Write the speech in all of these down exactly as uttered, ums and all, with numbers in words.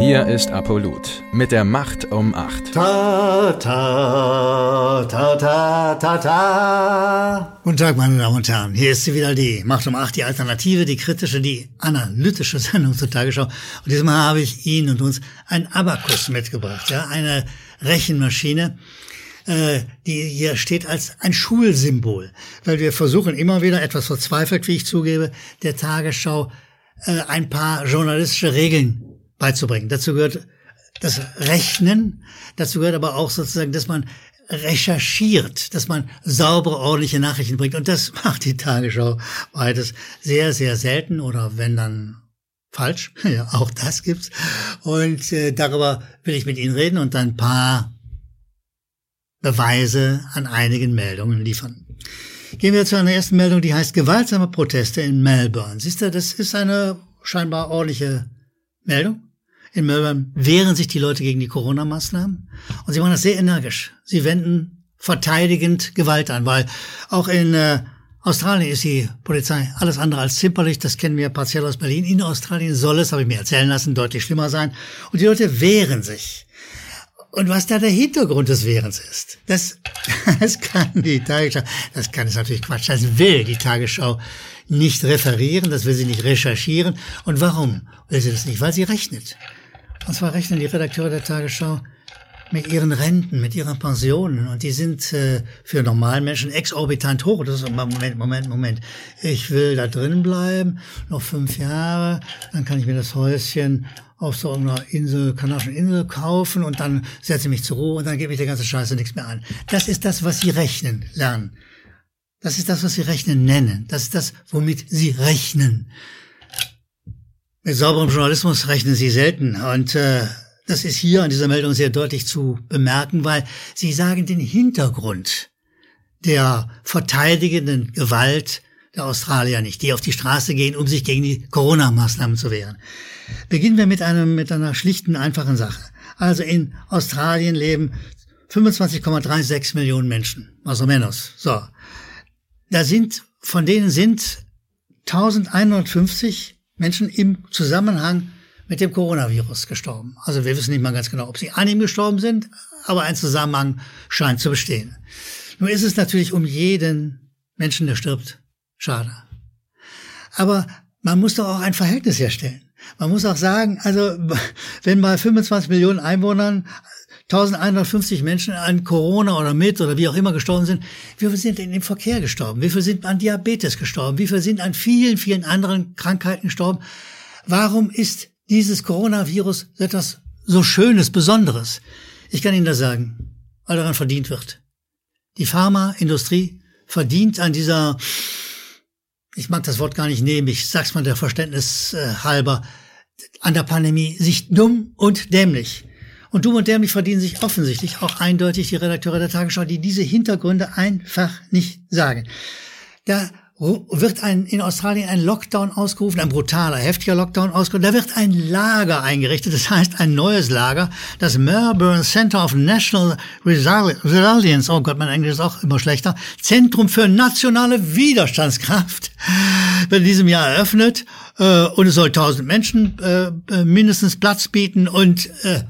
Hier ist Apollut mit der Macht um acht. Ta, ta, ta, ta, ta, ta. Guten Tag, meine Damen und Herren. Hier ist sie wieder, die Macht um acht, die Alternative, die kritische, die analytische Sendung zur Tagesschau. Und diesmal habe ich Ihnen und uns ein Abakus mitgebracht, ja, eine Rechenmaschine, äh, die hier steht als ein Schulsymbol. Weil wir versuchen immer wieder, etwas verzweifelt, wie ich zugebe, der Tagesschau äh, ein paar journalistische Regeln beizubringen. Dazu gehört das Rechnen, dazu gehört aber auch sozusagen, dass man recherchiert, dass man saubere, ordentliche Nachrichten bringt. Und das macht die Tagesschau beides sehr, sehr selten oder wenn dann falsch. Ja, auch das gibt's. Und äh, darüber will ich mit Ihnen reden und ein paar Beweise an einigen Meldungen liefern. Gehen wir zu einer ersten Meldung, die heißt gewaltsame Proteste in Melbourne. Siehst du, das ist eine scheinbar ordentliche Meldung. In Melbourne wehren sich die Leute gegen die Corona-Maßnahmen und sie machen das sehr energisch. Sie wenden verteidigend Gewalt an, weil auch in äh, Australien ist die Polizei alles andere als zimperlich. Das kennen wir partiell aus Berlin. In Australien soll es, habe ich mir erzählen lassen, deutlich schlimmer sein. Und die Leute wehren sich. Und was da der Hintergrund des Wehrens ist, das, das kann die Tagesschau, das kann es natürlich Quatsch, das will die Tagesschau nicht referieren, das will sie nicht recherchieren. Und warum will sie das nicht? Weil sie rechnet. Und zwar rechnen die Redakteure der Tagesschau mit ihren Renten, mit ihren Pensionen. Und die sind äh, für normalen Menschen exorbitant hoch. Das ist, Moment, Moment, Moment. Ich will da drin bleiben, noch fünf Jahre, dann kann ich mir das Häuschen auf so einer Insel, kanadischen Insel kaufen und dann setze ich mich zur Ruhe und dann gebe ich der ganze Scheiße nichts mehr an. Das ist das, was sie rechnen lernen. Das ist das, was sie rechnen nennen. Das ist das, womit sie rechnen. Mit sauberem Journalismus rechnen sie selten. Und äh, das ist hier an dieser Meldung sehr deutlich zu bemerken, weil sie sagen den Hintergrund der verteidigenden Gewalt der Australier nicht, die auf die Straße gehen, um sich gegen die Corona-Maßnahmen zu wehren. Beginnen wir mit einem mit einer schlichten, einfachen Sache. Also in Australien leben fünfundzwanzig Komma sechsunddreißig Millionen Menschen, más o menos. So, da sind von denen sind eintausendeinhundertfünfzig Menschen im Zusammenhang mit dem Coronavirus gestorben. Also wir wissen nicht mal ganz genau, ob sie an ihm gestorben sind, aber ein Zusammenhang scheint zu bestehen. Nun ist es natürlich um jeden Menschen, der stirbt, schade. Aber man muss doch auch ein Verhältnis herstellen. Man muss auch sagen, also wenn bei fünfundzwanzig Millionen Einwohnern eintausendeinhundertfünfzig Menschen an Corona oder mit oder wie auch immer gestorben sind, wie viele sind in dem Verkehr gestorben? Wie viele sind an Diabetes gestorben? Wie viele sind an vielen, vielen anderen Krankheiten gestorben? Warum ist dieses Coronavirus etwas so Schönes, Besonderes? Ich kann Ihnen das sagen, weil daran verdient wird. Die Pharmaindustrie verdient an dieser, ich mag das Wort gar nicht nehmen, ich sag's mal der Verständnis äh, halber, an der Pandemie sich dumm und dämlich. Und dumm und dämlich verdienen sich offensichtlich auch eindeutig die Redakteure der Tagesschau, die diese Hintergründe einfach nicht sagen. Da wird ein, in Australien ein Lockdown ausgerufen, ein brutaler, heftiger Lockdown ausgerufen. Da wird ein Lager eingerichtet, das heißt ein neues Lager, das Melbourne Center of National Resilience, oh Gott, mein Englisch ist auch immer schlechter, Zentrum für nationale Widerstandskraft, wird in diesem Jahr eröffnet äh, und es soll tausend Menschen äh, mindestens Platz bieten und äh,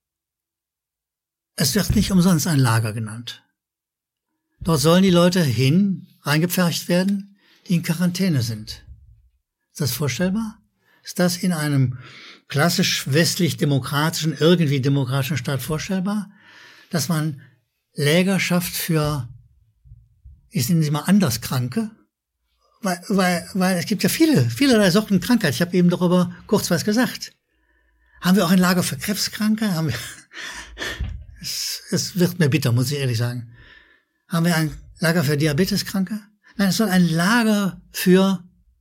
es wird nicht umsonst ein Lager genannt. Dort sollen die Leute hin, reingepfercht werden, die in Quarantäne sind. Ist das vorstellbar? Ist das in einem klassisch westlich-demokratischen, irgendwie demokratischen Staat vorstellbar? Dass man Läger schafft für, ich nenne sie mal Anderskranke? Weil, weil, weil es gibt ja viele, vielerlei Sorten Krankheit. Ich habe eben darüber kurz was gesagt. Haben wir auch ein Lager für Krebskranke? Haben wir, es, es wird mir bitter, muss ich ehrlich sagen. Haben wir ein Lager für Diabeteskranke? Nein, es soll ein Lager für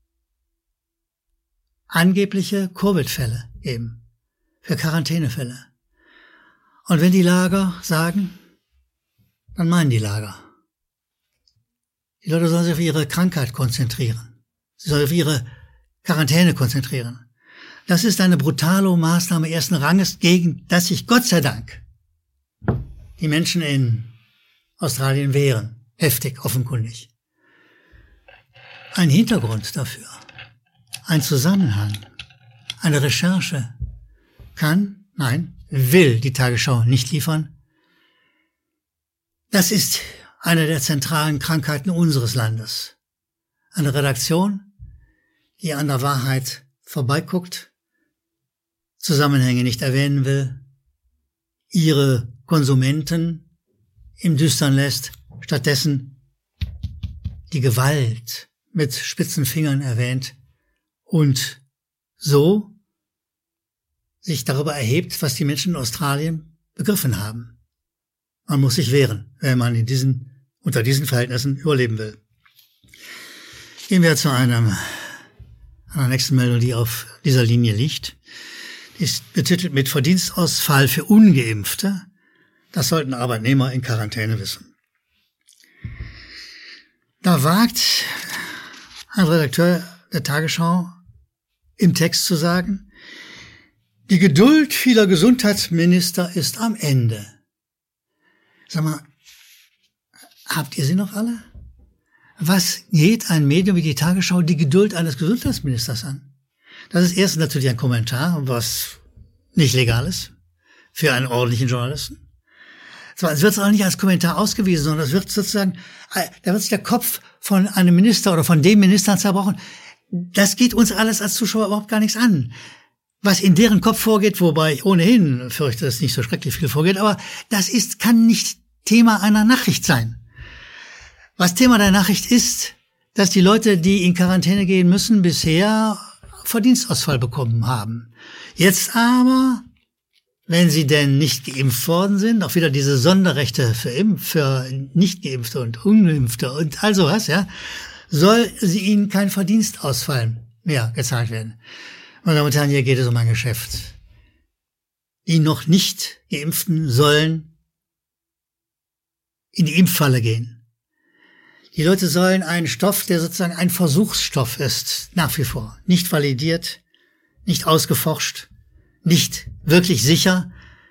angebliche Covid-Fälle geben, für Quarantänefälle. Und wenn die Lager sagen, dann meinen die Lager. Die Leute sollen sich auf ihre Krankheit konzentrieren. Sie sollen sich auf ihre Quarantäne konzentrieren. Das ist eine brutale Maßnahme ersten Ranges, gegen das sich Gott sei Dank die Menschen in Australien wehren. Heftig, offenkundig. Ein Hintergrund dafür, ein Zusammenhang, eine Recherche kann nein, will die Tagesschau nicht liefern. Das ist eine der zentralen Krankheiten unseres Landes. Eine Redaktion, die an der Wahrheit vorbeiguckt, Zusammenhänge nicht erwähnen will, ihre Konsumenten im Düstern lässt, stattdessen die Gewalt mit spitzen Fingern erwähnt und so sich darüber erhebt, was die Menschen in Australien begriffen haben. Man muss sich wehren, wenn man in diesen, unter diesen Verhältnissen überleben will. Gehen wir zu einem, einer nächsten Meldung, die auf dieser Linie liegt. Die ist betitelt mit Verdienstausfall für Ungeimpfte. Das sollten Arbeitnehmer in Quarantäne wissen. Da wagt ein Redakteur der Tagesschau im Text zu sagen, die Geduld vieler Gesundheitsminister ist am Ende. Sag mal, habt ihr sie noch alle? Was geht ein Medium wie die Tagesschau die Geduld eines Gesundheitsministers an? Das ist erstens natürlich ein Kommentar, was nicht legal ist für einen ordentlichen Journalisten. Zweitens wird es auch nicht als Kommentar ausgewiesen, sondern es wird sozusagen, da wird sich der Kopf von einem Minister oder von dem Minister zerbrochen. Das geht uns alles als Zuschauer überhaupt gar nichts an. Was in deren Kopf vorgeht, wobei ich ohnehin fürchte, dass nicht so schrecklich viel vorgeht, aber das ist, kann nicht Thema einer Nachricht sein. Was Thema der Nachricht ist, dass die Leute, die in Quarantäne gehen müssen, bisher Verdienstausfall bekommen haben. Jetzt aber, wenn sie denn nicht geimpft worden sind, auch wieder diese Sonderrechte für, Impf, für Nicht-Geimpfte und Ungeimpfte und all sowas, ja, soll sie ihnen kein Verdienstausfall mehr gezahlt werden. Meine Damen und Herren, hier geht es um ein Geschäft. Die noch nicht Geimpften sollen in die Impffalle gehen. Die Leute sollen einen Stoff, der sozusagen ein Versuchsstoff ist, nach wie vor, nicht validiert, nicht ausgeforscht, nicht wirklich sicher.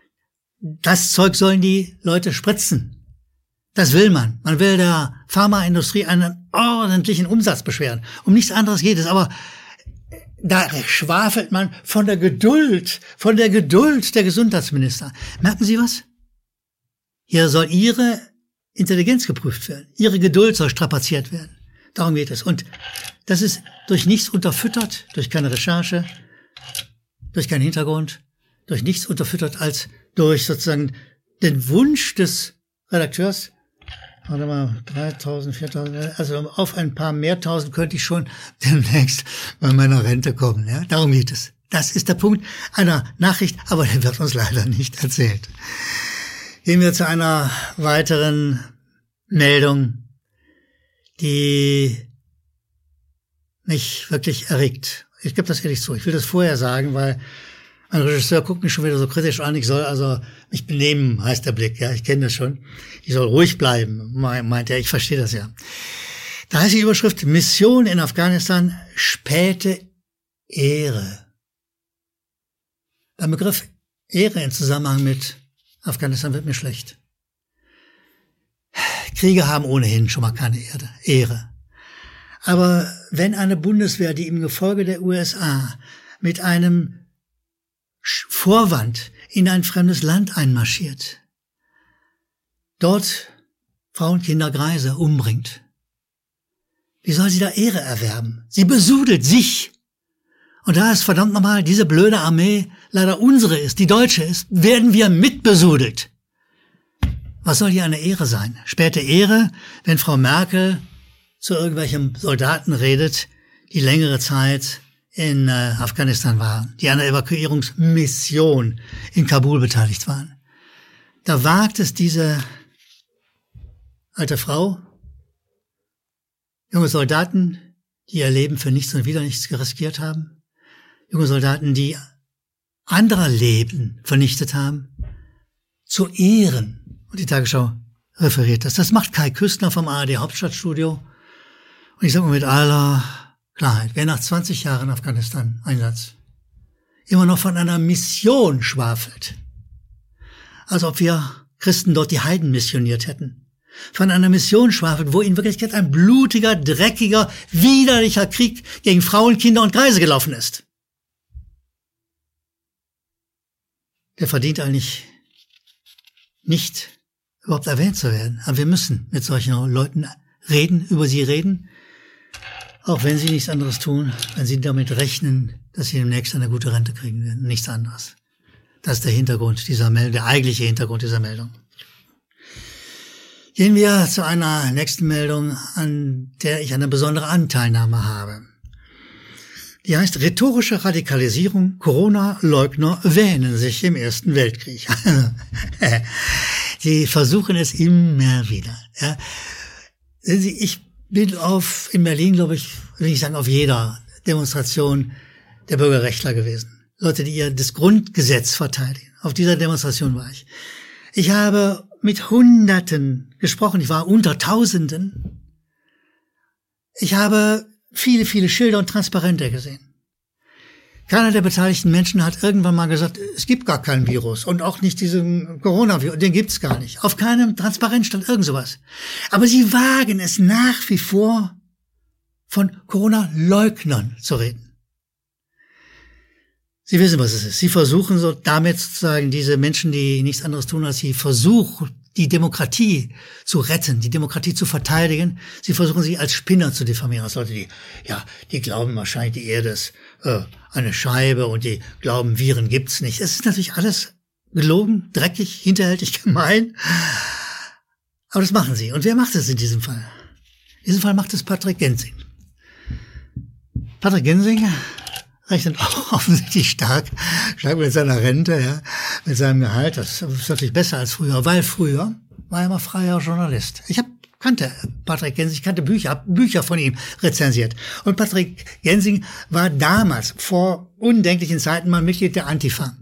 Das Zeug sollen die Leute spritzen. Das will man. Man will der Pharmaindustrie einen ordentlichen Umsatz beschweren. Um nichts anderes geht es. Aber da schwafelt man von der Geduld, von der Geduld der Gesundheitsminister. Merken Sie was? Hier soll Ihre Intelligenz geprüft werden. Ihre Geduld soll strapaziert werden. Darum geht es. Und das ist durch nichts unterfüttert, durch keine Recherche, durch keinen Hintergrund, durch nichts unterfüttert als durch sozusagen den Wunsch des Redakteurs. Warte mal, dreitausend, viertausend, also auf ein paar mehrtausend könnte ich schon demnächst bei meiner Rente kommen. Ja? Darum geht es. Das ist der Punkt einer Nachricht, aber der wird uns leider nicht erzählt. Gehen wir zu einer weiteren Meldung, die mich wirklich erregt. Ich gebe das ehrlich zu. Ich will das vorher sagen, weil ein Regisseur guckt mich schon wieder so kritisch an. Ich soll also mich benehmen, heißt der Blick. Ja, ich kenne das schon. Ich soll ruhig bleiben, meint er. Ich verstehe das ja. Da heißt die Überschrift Mission in Afghanistan, späte Ehre. Beim Begriff Ehre im Zusammenhang mit Afghanistan wird mir schlecht. Kriege haben ohnehin schon mal keine Ehre. Aber wenn eine Bundeswehr, die im Gefolge der U S A mit einem Vorwand in ein fremdes Land einmarschiert, dort Frauen, Kinder, Greise umbringt, wie soll sie da Ehre erwerben? Sie besudelt sich. Und da es verdammt nochmal diese blöde Armee leider unsere ist, die deutsche ist, werden wir mitbesudelt. Was soll hier eine Ehre sein? Späte Ehre, wenn Frau Merkel zu irgendwelchen Soldaten redet, die längere Zeit in äh, Afghanistan waren, die an der Evakuierungsmission in Kabul beteiligt waren. Da wagt es diese alte Frau, junge Soldaten, die ihr Leben für nichts und wieder nichts geriskiert haben, junge Soldaten, die anderer Leben vernichtet haben, zu ehren. Und die Tagesschau referiert das. Das macht Kai Küstner vom A R D Hauptstadtstudio. Und ich sage mal mit aller Klarheit, wer nach zwanzig Jahren Afghanistan-Einsatz immer noch von einer Mission schwafelt, als ob wir Christen dort die Heiden missioniert hätten, von einer Mission schwafelt, wo in Wirklichkeit ein blutiger, dreckiger, widerlicher Krieg gegen Frauen, Kinder und Greise gelaufen ist. der verdient eigentlich nicht überhaupt erwähnt zu werden. Aber wir müssen mit solchen Leuten reden, über sie reden, auch wenn sie nichts anderes tun, wenn sie damit rechnen, dass sie demnächst eine gute Rente kriegen werden, nichts anderes. Das ist der Hintergrund dieser Meldung, der eigentliche Hintergrund dieser Meldung. Gehen wir zu einer nächsten Meldung, an der ich eine besondere Anteilnahme habe. Die heißt rhetorische Radikalisierung, Corona-Leugner wähnen sich im Ersten Weltkrieg. Sie versuchen es immer wieder. Ja. Ich bin auf, in Berlin, glaube ich, will ich sagen, auf jeder Demonstration der Bürgerrechtler gewesen. Leute, die ihr das Grundgesetz verteidigen. Auf dieser Demonstration war ich. Ich habe mit Hunderten gesprochen. Ich war unter Tausenden. Ich habe viele, viele Schilder und Transparente gesehen. Keiner der beteiligten Menschen hat irgendwann mal gesagt, es gibt gar kein Virus und auch nicht diesen Coronavirus, den gibt's gar nicht. Auf keinem Transparent stand irgend sowas. Aber sie wagen es nach wie vor, von Corona-Leugnern zu reden. Sie wissen, was es ist. Sie versuchen so damit sozusagen diese Menschen, die nichts anderes tun, als sie versuchen, die Demokratie zu retten, die Demokratie zu verteidigen. Sie versuchen sie als Spinner zu diffamieren. Als Leute, die, ja, die glauben wahrscheinlich, die Erde ist äh, eine Scheibe und die glauben, Viren gibt's nicht. Es ist natürlich alles gelogen, dreckig, hinterhältig, gemein. Aber das machen sie. Und wer macht es in diesem Fall? In diesem Fall macht es Patrick Gensing. Patrick Gensing rechnet auch offensichtlich stark, stark mit seiner Rente, ja, mit seinem Gehalt. Das ist natürlich besser als früher, weil früher war er immer freier Journalist. Ich hab, kannte Patrick Gensing, ich kannte Bücher, habe Bücher von ihm rezensiert. Und Patrick Gensing war damals, vor undenklichen Zeiten, mal Mitglied der Antifa.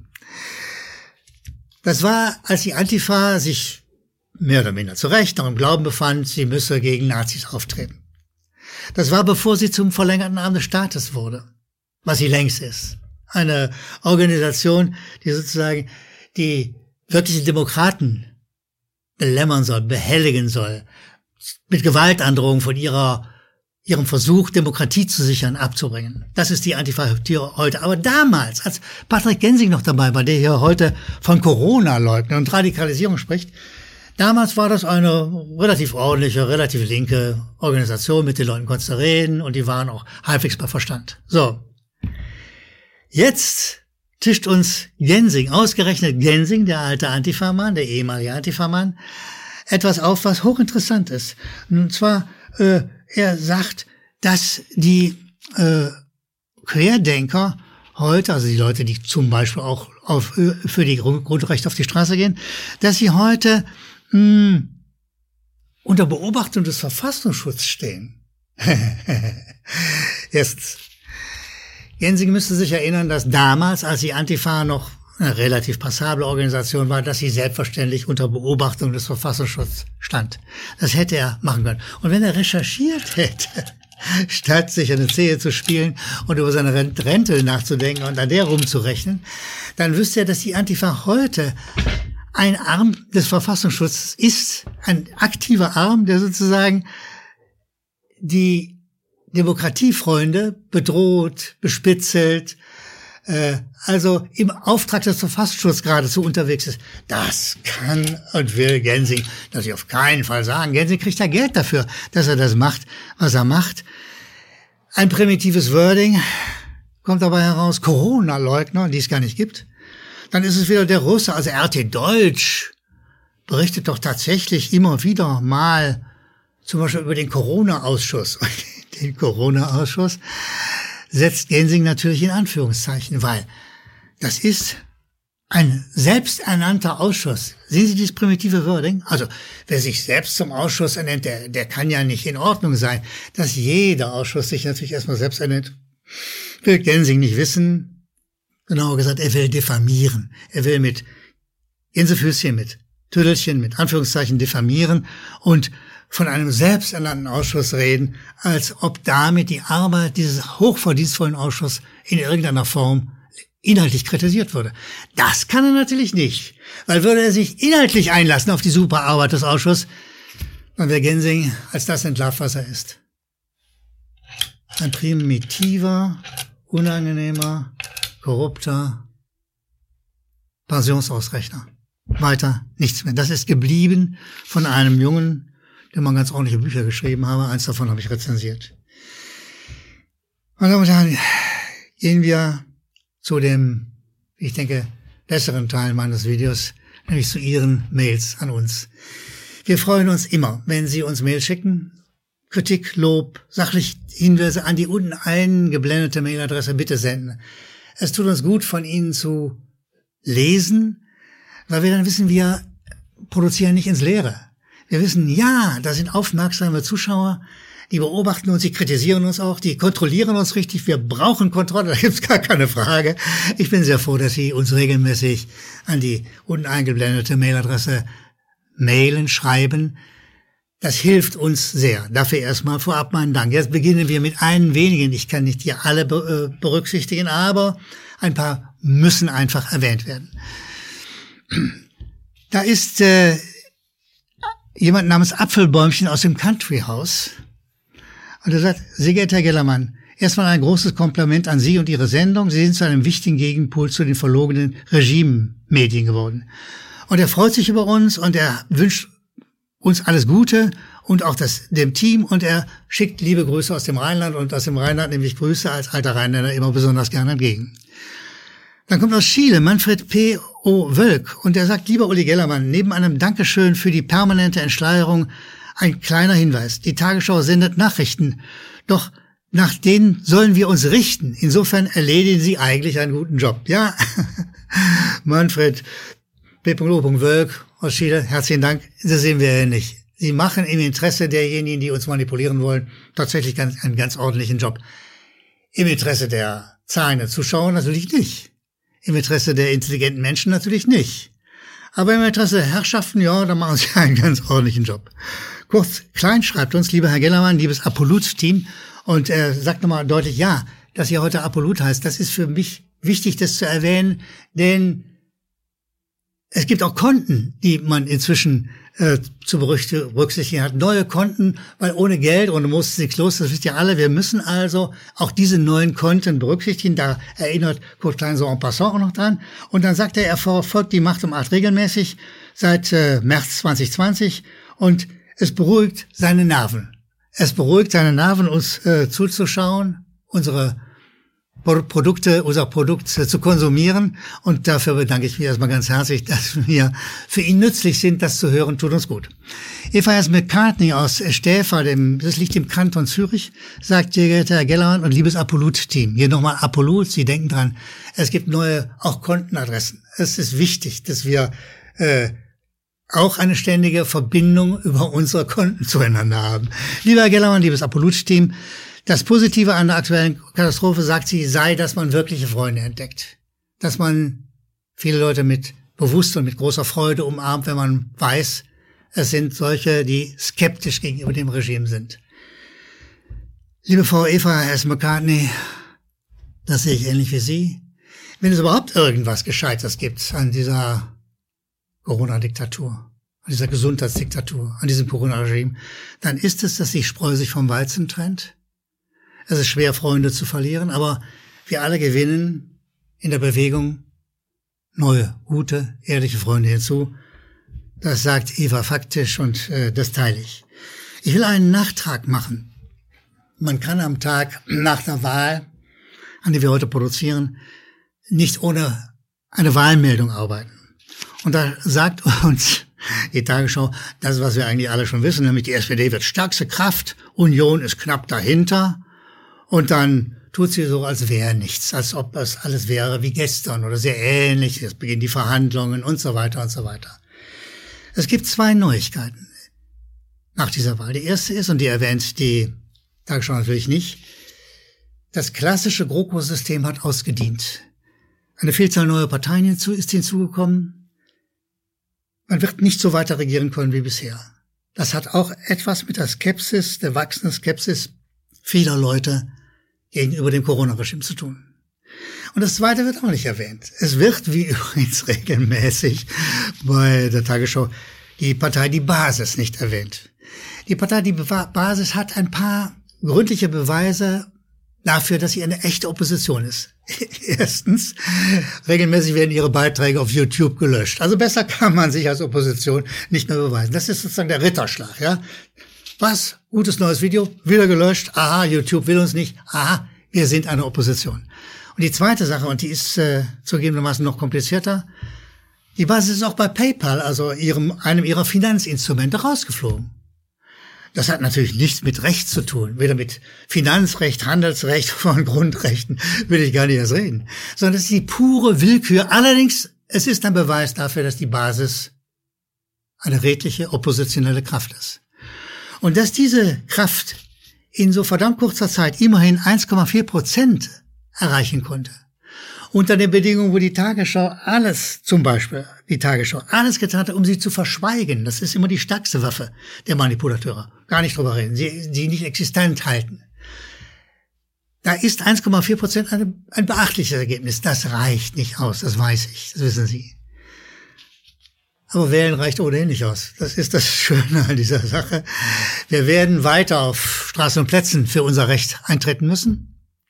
Das war, als die Antifa sich mehr oder minder zu Recht noch im Glauben befand, sie müsse gegen Nazis auftreten. Das war, bevor sie zum verlängerten Arm des Staates wurde. Was sie längst ist. Eine Organisation, die sozusagen die wirklichen Demokraten belämmern soll, behelligen soll, mit Gewaltandrohung von ihrer, ihrem Versuch, Demokratie zu sichern, abzubringen. Das ist die Antifa heute. Aber damals, als Patrick Gensing noch dabei war, der hier heute von Corona-Leugnen und Radikalisierung spricht, damals war das eine relativ ordentliche, relativ linke Organisation, mit den Leuten konntest du reden und die waren auch halbwegs bei Verstand. So. Jetzt tischt uns Gensing, ausgerechnet Gensing, der alte Antifa-Mann, der ehemalige Antifa-Mann, etwas auf, was hochinteressant ist. Und zwar, äh, er sagt, dass die äh, Querdenker heute, also die Leute, die zum Beispiel auch auf, für die Grundrechte auf die Straße gehen, dass sie heute mh, unter Beobachtung des Verfassungsschutzes stehen. Erstens. Gensing müsste sich erinnern, dass damals, als die Antifa noch eine relativ passable Organisation war, dass sie selbstverständlich unter Beobachtung des Verfassungsschutzes stand. Das hätte er machen können. Und wenn er recherchiert hätte, statt sich eine Zehe zu spielen und über seine Rente nachzudenken und an der rumzurechnen, dann wüsste er, dass die Antifa heute ein Arm des Verfassungsschutzes ist, ein aktiver Arm, der sozusagen die Demokratiefreunde bedroht, bespitzelt, äh, also im Auftrag des Verfassungsschutzes geradezu unterwegs ist. Das kann und will Gensing natürlich auf keinen Fall sagen. Gensing kriegt ja Geld dafür, dass er das macht, was er macht. Ein primitives Wording kommt dabei heraus, Corona-Leugner, die es gar nicht gibt. Dann ist es wieder der Russe, also R T Deutsch berichtet doch tatsächlich immer wieder mal zum Beispiel über den Corona-Ausschuss. Den Corona-Ausschuss setzt Gensing natürlich in Anführungszeichen, weil das ist ein selbsternannter Ausschuss. Sehen Sie dieses primitive Wording? Also, wer sich selbst zum Ausschuss ernennt, der, der kann ja nicht in Ordnung sein. Dass jeder Ausschuss sich natürlich erstmal selbst ernennt, will Gensing nicht wissen. Genauer gesagt, er will diffamieren. Er will mit Gänsefüßchen, mit Tüdelchen, mit Anführungszeichen diffamieren und von einem selbsternannten Ausschuss reden, als ob damit die Arbeit dieses hochverdienstvollen Ausschusses in irgendeiner Form inhaltlich kritisiert würde. Das kann er natürlich nicht, weil würde er sich inhaltlich einlassen auf die super Arbeit des Ausschusses, dann wäre Gensing als das entlarvt, was er ist. Ein primitiver, unangenehmer, korrupter Pensionsausrechner. Weiter nichts mehr. Das ist geblieben von einem Jungen, der mal ganz ordentliche Bücher geschrieben habe. Eins davon habe ich rezensiert. Meine Damen und Herren, gehen wir zu dem, wie ich denke, besseren Teil meines Videos, nämlich zu Ihren Mails an uns. Wir freuen uns immer, wenn Sie uns Mail schicken. Kritik, Lob, sachlich Hinweise an die unten eingeblendete Mailadresse bitte senden. Es tut uns gut, von Ihnen zu lesen, weil wir dann wissen, wir produzieren nicht ins Leere. Wir wissen, ja, da sind aufmerksame Zuschauer, die beobachten uns, die kritisieren uns auch, die kontrollieren uns richtig. Wir brauchen Kontrolle, da gibt's gar keine Frage. Ich bin sehr froh, dass Sie uns regelmäßig an die unten eingeblendete Mailadresse mailen, schreiben. Das hilft uns sehr. Dafür erstmal vorab meinen Dank. Jetzt beginnen wir mit einigen wenigen. Ich kann nicht hier alle berücksichtigen, aber ein paar müssen einfach erwähnt werden. Da ist äh, jemand namens Apfelbäumchen aus dem Country House. Und er sagt, sehr geehrter Herr Gellermann, erstmal ein großes Kompliment an Sie und Ihre Sendung. Sie sind zu einem wichtigen Gegenpol zu den verlogenen Regimemedien geworden. Und er freut sich über uns und er wünscht uns alles Gute und auch das, dem Team, und er schickt liebe Grüße aus dem Rheinland, und aus dem Rheinland nehme ich Grüße als alter Rheinländer immer besonders gerne entgegen. Dann kommt aus Chile Manfred P. O. Wölk und er sagt, lieber Uli Gellermann, neben einem Dankeschön für die permanente Entschleierung ein kleiner Hinweis. Die Tagesschau sendet Nachrichten, doch nach denen sollen wir uns richten. Insofern erledigen Sie eigentlich einen guten Job. Ja, Manfred P. O. Wölk aus Chile, herzlichen Dank. Das sehen wir ja nicht. Sie machen im Interesse derjenigen, die uns manipulieren wollen, tatsächlich ganz, einen ganz ordentlichen Job. Im Interesse der zahlenden Zuschauer natürlich nicht. Im Interesse der intelligenten Menschen natürlich nicht. Aber im Interesse der Herrschaften, ja, da machen sie einen ganz ordentlichen Job. Kurz Klein schreibt uns, lieber Herr Gellermann, liebes Apolut-Team, und er sagt nochmal deutlich, ja, dass hier heute Apolut heißt, das ist für mich wichtig, das zu erwähnen, denn es gibt auch Konten, die man inzwischen äh, zu berücksichtigen hat. Neue Konten, weil ohne Geld, ohne muss nichts los, das wisst ihr alle. Wir müssen also auch diese neuen Konten berücksichtigen. Da erinnert Kurt Klein so en passant auch noch dran. Und dann sagt er, er verfolgt die Macht um Acht regelmäßig seit äh, März zwanzig zwanzig und es beruhigt seine Nerven. Es beruhigt seine Nerven, uns äh, zuzuschauen, unsere Produkte, unser Produkt zu konsumieren. Und dafür bedanke ich mich erstmal ganz herzlich, dass wir für ihn nützlich sind. Das zu hören, tut uns gut. Eva S. McCartney aus Stäfa, dem, das liegt im Kanton Zürich, sagt, sehr geehrter Herr Gellermann und liebes Apolut-Team. Hier nochmal Apolut, Sie denken dran, es gibt neue, auch Kontenadressen. Es ist wichtig, dass wir äh, auch eine ständige Verbindung über unsere Konten zueinander haben. Lieber Herr Gellermann, liebes Apolut-Team, das Positive an der aktuellen Katastrophe, sagt sie, sei, dass man wirkliche Freunde entdeckt. Dass man viele Leute mit bewusst und mit großer Freude umarmt, wenn man weiß, es sind solche, die skeptisch gegenüber dem Regime sind. Liebe Frau Eva S. McCartney, das sehe ich ähnlich wie Sie. Wenn es überhaupt irgendwas Gescheites gibt an dieser Corona-Diktatur, an dieser Gesundheitsdiktatur, an diesem Corona-Regime, dann ist es, dass die Spreu sich vom Weizen trennt. Es ist schwer, Freunde zu verlieren, aber wir alle gewinnen in der Bewegung neue, gute, ehrliche Freunde hinzu. Das sagt Eva faktisch und äh, das teile ich. Ich will einen Nachtrag machen. Man kann am Tag nach der Wahl, an die wir heute produzieren, nicht ohne eine Wahlmeldung arbeiten. Und da sagt uns die Tagesschau das, was wir eigentlich alle schon wissen, nämlich die S P D wird stärkste Kraft, Union ist knapp dahinter. Und dann tut sie so, als wäre nichts, als ob das alles wäre wie gestern oder sehr ähnlich. Jetzt beginnen die Verhandlungen und so weiter und so weiter. Es gibt zwei Neuigkeiten nach dieser Wahl. Die erste ist, und die erwähnt die Tagesschau natürlich nicht, das klassische GroKo-System hat ausgedient. Eine Vielzahl neuer Parteien hinzu ist hinzugekommen. Man wird nicht so weiter regieren können wie bisher. Das hat auch etwas mit der Skepsis, der wachsenden Skepsis vieler Leute gegenüber dem Corona-Regime zu tun. Und das Zweite wird auch nicht erwähnt. Es wird, wie übrigens regelmäßig bei der Tagesschau, die Partei Die Basis nicht erwähnt. Die Partei Die Basis hat ein paar gründliche Beweise dafür, dass sie eine echte Opposition ist. Erstens, regelmäßig werden ihre Beiträge auf YouTube gelöscht. Also besser kann man sich als Opposition nicht mehr beweisen. Das ist sozusagen der Ritterschlag, ja. Was? Gutes neues Video? Wieder gelöscht? Aha, YouTube will uns nicht. Aha, wir sind eine Opposition. Und die zweite Sache, und die ist äh, zugegebenermaßen noch komplizierter, die Basis ist auch bei PayPal, also ihrem, einem ihrer Finanzinstrumente, rausgeflogen. Das hat natürlich nichts mit Recht zu tun, weder mit Finanzrecht, Handelsrecht von Grundrechten, will ich gar nicht erst reden, sondern es ist die pure Willkür. Allerdings, es ist ein Beweis dafür, dass die Basis eine redliche, oppositionelle Kraft ist. Und dass diese Kraft in so verdammt kurzer Zeit immerhin eins Komma vier Prozent erreichen konnte, unter den Bedingungen, wo die Tagesschau alles, zum Beispiel die Tagesschau, alles getan hat, um sie zu verschweigen. Das ist immer die stärkste Waffe der Manipulateure. Gar nicht drüber reden, sie, sie nicht existent halten. Da ist eins Komma vier Prozent ein, ein beachtliches Ergebnis. Das reicht nicht aus, das weiß ich, das wissen Sie. Aber wählen reicht ohnehin nicht aus. Das ist das Schöne an dieser Sache. Wir werden weiter auf Straßen und Plätzen für unser Recht eintreten müssen.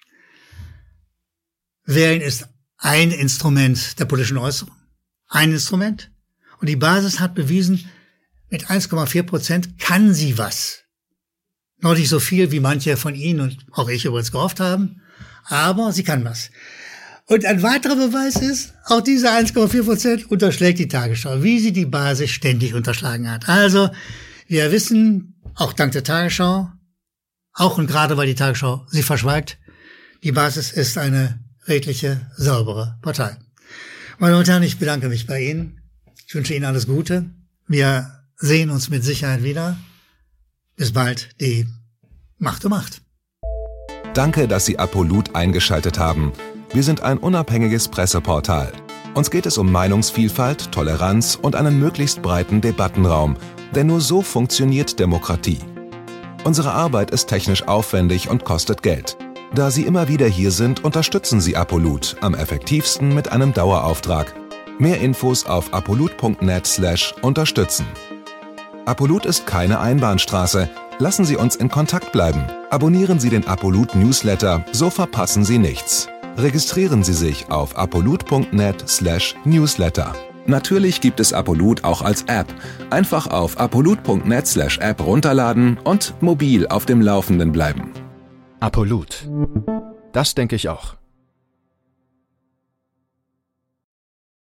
Wählen ist ein Instrument der politischen Äußerung. Ein Instrument. Und die Basis hat bewiesen, mit eins Komma vier Prozent kann sie was. Noch nicht so viel, wie manche von Ihnen und auch ich übrigens gehofft haben, aber sie kann was. Und ein weiterer Beweis ist, auch diese eins Komma vier Prozent unterschlägt die Tagesschau, wie sie die Basis ständig unterschlagen hat. Also, wir wissen, auch dank der Tagesschau, auch und gerade weil die Tagesschau sie verschweigt, die Basis ist eine redliche, saubere Partei. Meine Damen und Herren, ich bedanke mich bei Ihnen. Ich wünsche Ihnen alles Gute. Wir sehen uns mit Sicherheit wieder. Bis bald, die Macht um Macht. Danke, dass Sie Apolut eingeschaltet haben. Wir sind ein unabhängiges Presseportal. Uns geht es um Meinungsvielfalt, Toleranz und einen möglichst breiten Debattenraum. Denn nur so funktioniert Demokratie. Unsere Arbeit ist technisch aufwendig und kostet Geld. Da Sie immer wieder hier sind, unterstützen Sie Apolut am effektivsten mit einem Dauerauftrag. Mehr Infos auf apolut punkt net slash unterstützen. Apolut ist keine Einbahnstraße. Lassen Sie uns in Kontakt bleiben. Abonnieren Sie den Apolut Newsletter, so verpassen Sie nichts. Registrieren Sie sich auf apolut punkt net slash newsletter. Natürlich gibt es Apolut auch als App. Einfach auf apolut punkt net slash app runterladen und mobil auf dem Laufenden bleiben. Apolut. Das denke ich auch.